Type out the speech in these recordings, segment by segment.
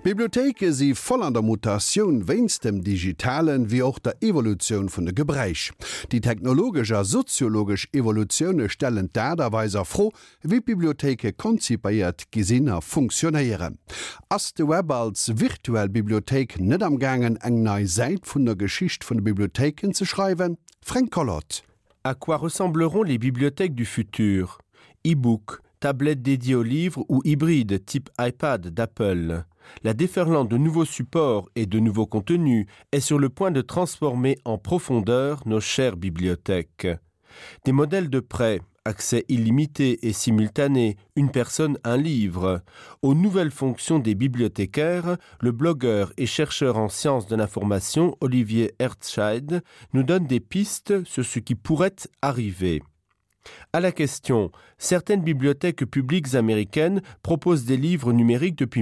Bibliotheken sie voll an der Mutation wennst dem Digitalen wie auch der Evolution vun de Gebräich. Die technologischer soziologisch Evolutionune stellen derweise froh, wie Bibliotheke konzipiert Gesinner funktionieren. As de Web als virtuell Bibliothek net am gangen eng nei seit vun der Geschicht vun de Bibliotheken zu schreiben, Frank Collot. À quoi ressembleront les bibliothèques du futur? E-book, tablettes dédiées aux livres ou hybrides type iPad d'Apple. La déferlante de nouveaux supports et de nouveaux contenus est sur le point de transformer en profondeur nos chères bibliothèques. Des modèles de prêt, accès illimité et simultané, une personne, un livre. Aux nouvelles fonctions des bibliothécaires, le blogueur et chercheur en sciences de l'information Olivier Herzscheid nous donne des pistes sur ce qui pourrait arriver. À la question, certaines bibliothèques publiques américaines proposent des livres numériques depuis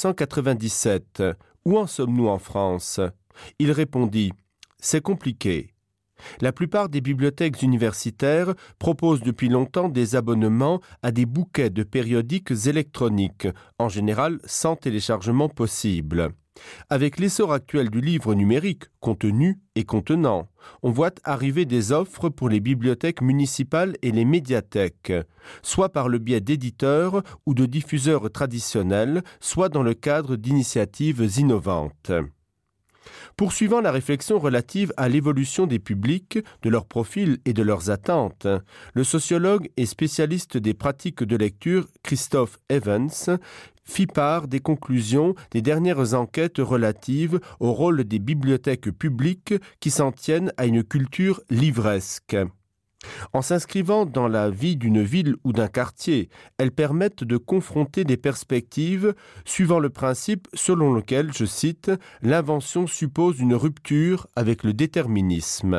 1997. Où en sommes-nous en France? Il répondit « C'est compliqué ». La plupart des bibliothèques universitaires proposent depuis longtemps des abonnements à des bouquets de périodiques électroniques, en général sans téléchargement possible. Avec l'essor actuel du livre numérique, contenu et contenant, on voit arriver des offres pour les bibliothèques municipales et les médiathèques, soit par le biais d'éditeurs ou de diffuseurs traditionnels, soit dans le cadre d'initiatives innovantes. Poursuivant la réflexion relative à l'évolution des publics, de leurs profils et de leurs attentes, le sociologue et spécialiste des pratiques de lecture Christophe Evans fit part des conclusions des dernières enquêtes relatives au rôle des bibliothèques publiques qui s'en tiennent à une culture livresque. En s'inscrivant dans la vie d'une ville ou d'un quartier, elles permettent de confronter des perspectives suivant le principe selon lequel, je cite, « l'invention suppose une rupture avec le déterminisme ».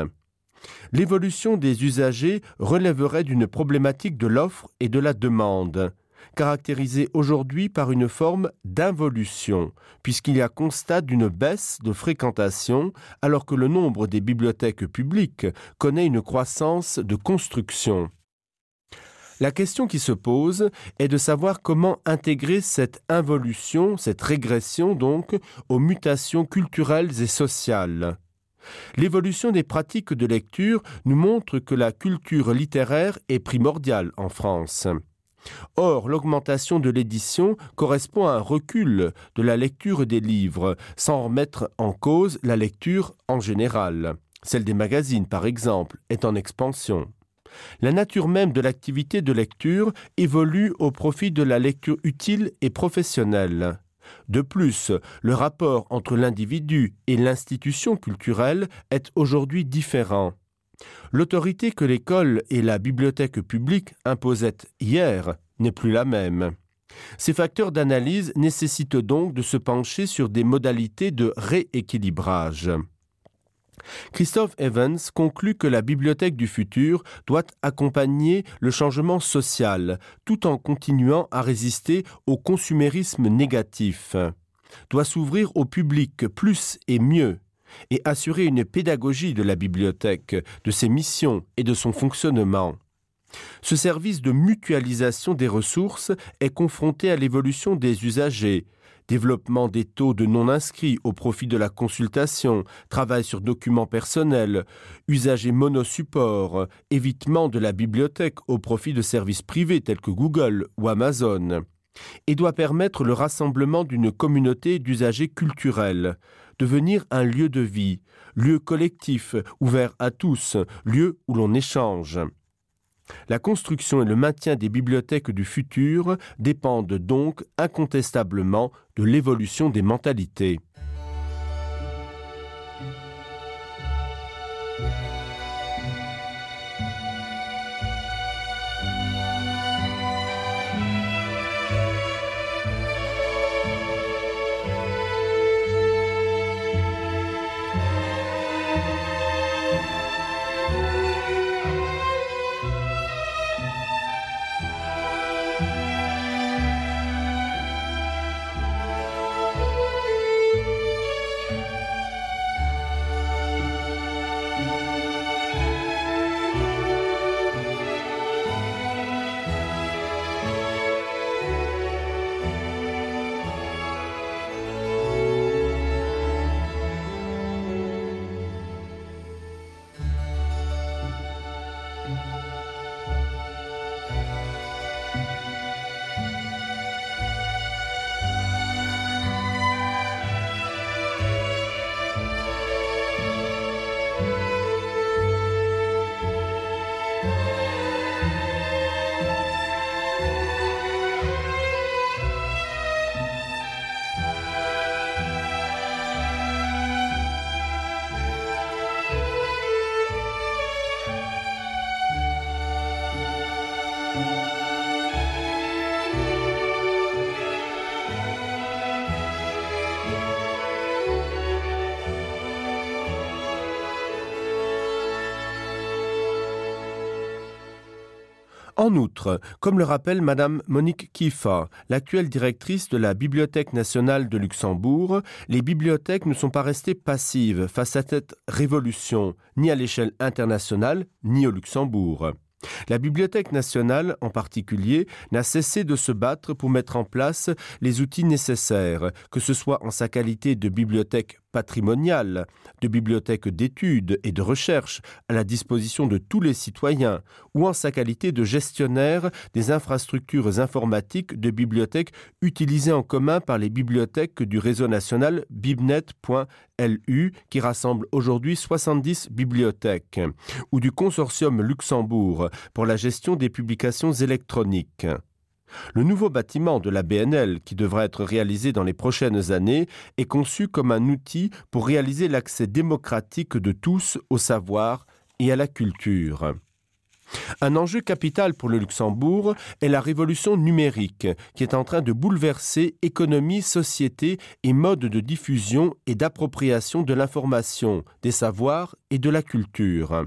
L'évolution des usagers relèverait d'une problématique de l'offre et de la demande, caractérisée aujourd'hui par une forme d'involution, puisqu'il y a constat d'une baisse de fréquentation, alors que le nombre des bibliothèques publiques connaît une croissance de construction. La question qui se pose est de savoir comment intégrer cette involution, cette régression donc, aux mutations culturelles et sociales. L'évolution des pratiques de lecture nous montre que la culture littéraire est primordiale en France. Or, l'augmentation de l'édition correspond à un recul de la lecture des livres, sans remettre en cause la lecture en général. Celle des magazines, par exemple, est en expansion. La nature même de l'activité de lecture évolue au profit de la lecture utile et professionnelle. De plus, le rapport entre l'individu et l'institution culturelle est aujourd'hui différent. L'autorité que l'école et la bibliothèque publique imposaient hier n'est plus la même. Ces facteurs d'analyse nécessitent donc de se pencher sur des modalités de rééquilibrage. Christophe Evans conclut que la bibliothèque du futur doit accompagner le changement social tout en continuant à résister au consumérisme négatif, doit s'ouvrir au public plus et mieux, et assurer une pédagogie de la bibliothèque, de ses missions et de son fonctionnement. Ce service de mutualisation des ressources est confronté à l'évolution des usagers, développement des taux de non-inscrits au profit de la consultation, travail sur documents personnels, usagers monosupport, évitement de la bibliothèque au profit de services privés tels que Google ou Amazon, et doit permettre le rassemblement d'une communauté d'usagers culturels, devenir un lieu de vie, lieu collectif, ouvert à tous, lieu où l'on échange. La construction et le maintien des bibliothèques du futur dépendent donc incontestablement de l'évolution des mentalités. En outre, comme le rappelle Madame Monique Kiefer, l'actuelle directrice de la Bibliothèque nationale de Luxembourg, les bibliothèques ne sont pas restées passives face à cette révolution, ni à l'échelle internationale, ni au Luxembourg. La Bibliothèque nationale, en particulier, n'a cessé de se battre pour mettre en place les outils nécessaires, que ce soit en sa qualité de bibliothèque patrimoniale, de bibliothèque d'études et de recherche à la disposition de tous les citoyens, ou en sa qualité de gestionnaire des infrastructures informatiques de bibliothèques utilisées en commun par les bibliothèques du réseau national bibnet.lu, qui rassemble aujourd'hui 70 bibliothèques, ou du consortium Luxembourg pour la gestion des publications électroniques. Le nouveau bâtiment de la BNL, qui devra être réalisé dans les prochaines années, est conçu comme un outil pour réaliser l'accès démocratique de tous au savoir et à la culture. Un enjeu capital pour le Luxembourg est la révolution numérique, qui est en train de bouleverser économie, société et modes de diffusion et d'appropriation de l'information, des savoirs et de la culture.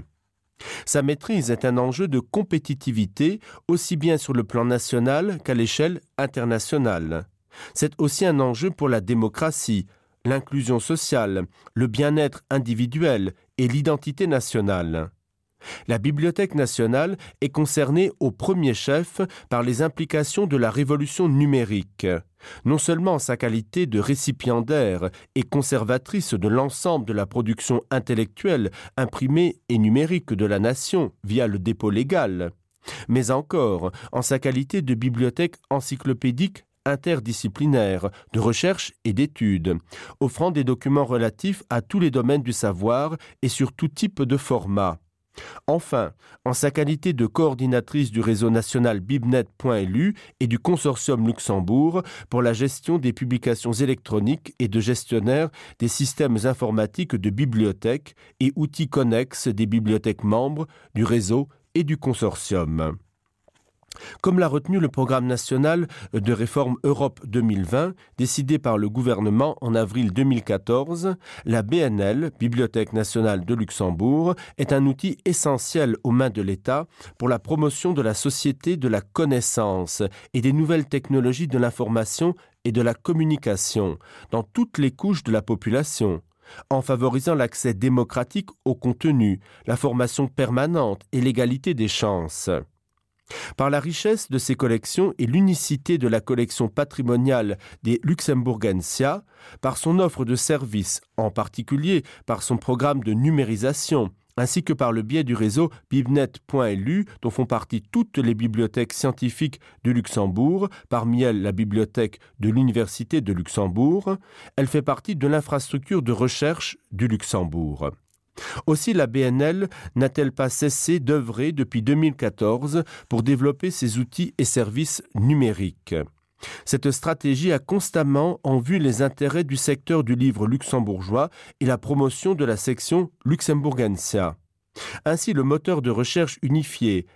Sa maîtrise est un enjeu de compétitivité aussi bien sur le plan national qu'à l'échelle internationale. C'est aussi un enjeu pour la démocratie, l'inclusion sociale, le bien-être individuel et l'identité nationale. La Bibliothèque nationale est concernée au premier chef par les implications de la révolution numérique, non seulement en sa qualité de récipiendaire et conservatrice de l'ensemble de la production intellectuelle, imprimée et numérique de la nation via le dépôt légal, mais encore en sa qualité de bibliothèque encyclopédique interdisciplinaire, de recherche et d'études, offrant des documents relatifs à tous les domaines du savoir et sur tout type de format. Enfin, en sa qualité de coordinatrice du réseau national bibnet.lu et du consortium Luxembourg pour la gestion des publications électroniques et de gestionnaire des systèmes informatiques de bibliothèques et outils connexes des bibliothèques membres du réseau et du consortium. Comme l'a retenu le programme national de réforme Europe 2020, décidé par le gouvernement en avril 2014, la BNL, Bibliothèque nationale de Luxembourg, est un outil essentiel aux mains de l'État pour la promotion de la société de la connaissance et des nouvelles technologies de l'information et de la communication dans toutes les couches de la population, en favorisant l'accès démocratique au contenu, la formation permanente et l'égalité des chances. Par la richesse de ses collections et l'unicité de la collection patrimoniale des Luxemburgensia, par son offre de services, en particulier par son programme de numérisation, ainsi que par le biais du réseau bibnet.lu, dont font partie toutes les bibliothèques scientifiques du Luxembourg, parmi elles la bibliothèque de l'Université de Luxembourg, elle fait partie de l'infrastructure de recherche du Luxembourg. Aussi, la BNL n'a-t-elle pas cessé d'œuvrer depuis 2014 pour développer ses outils et services numériques. Cette stratégie a constamment en vue les intérêts du secteur du livre luxembourgeois et la promotion de la section Luxemburgensia. Ainsi, le moteur de recherche unifié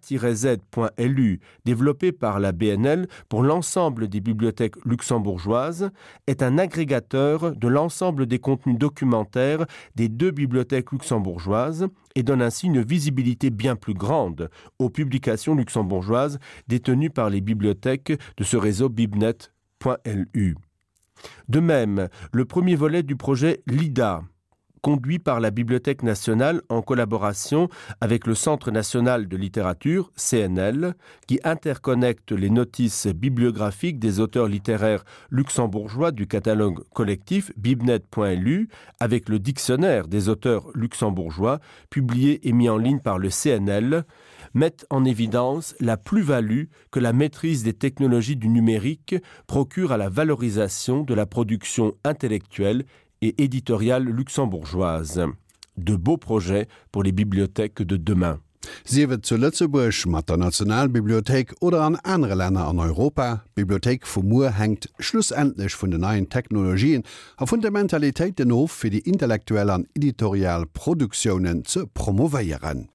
A-Z.lu, développé par la BNL pour l'ensemble des bibliothèques luxembourgeoises, est un agrégateur de l'ensemble des contenus documentaires des deux bibliothèques luxembourgeoises et donne ainsi une visibilité bien plus grande aux publications luxembourgeoises détenues par les bibliothèques de ce réseau bibnet.lu. De même, le premier volet du projet LIDA, conduit par la Bibliothèque nationale en collaboration avec le Centre national de littérature, CNL, qui interconnecte les notices bibliographiques des auteurs littéraires luxembourgeois du catalogue collectif bibnet.lu avec le dictionnaire des auteurs luxembourgeois, publié et mis en ligne par le CNL, mettent en évidence la plus-value que la maîtrise des technologies du numérique procure à la valorisation de la production intellectuelle et éditoriale luxembourgeoise. De beaux projets pour les bibliothèques de demain. Sie wird zu Lützeburg mat der Nationalbibliothek oder an andere Länder an Europa. Bibliothek vum Moor hängt schlussendlich vun den neuen Technologien a vun der Mentalitéit den Hof fir die intellektuellen an editorial Produktionen ze promoveieren.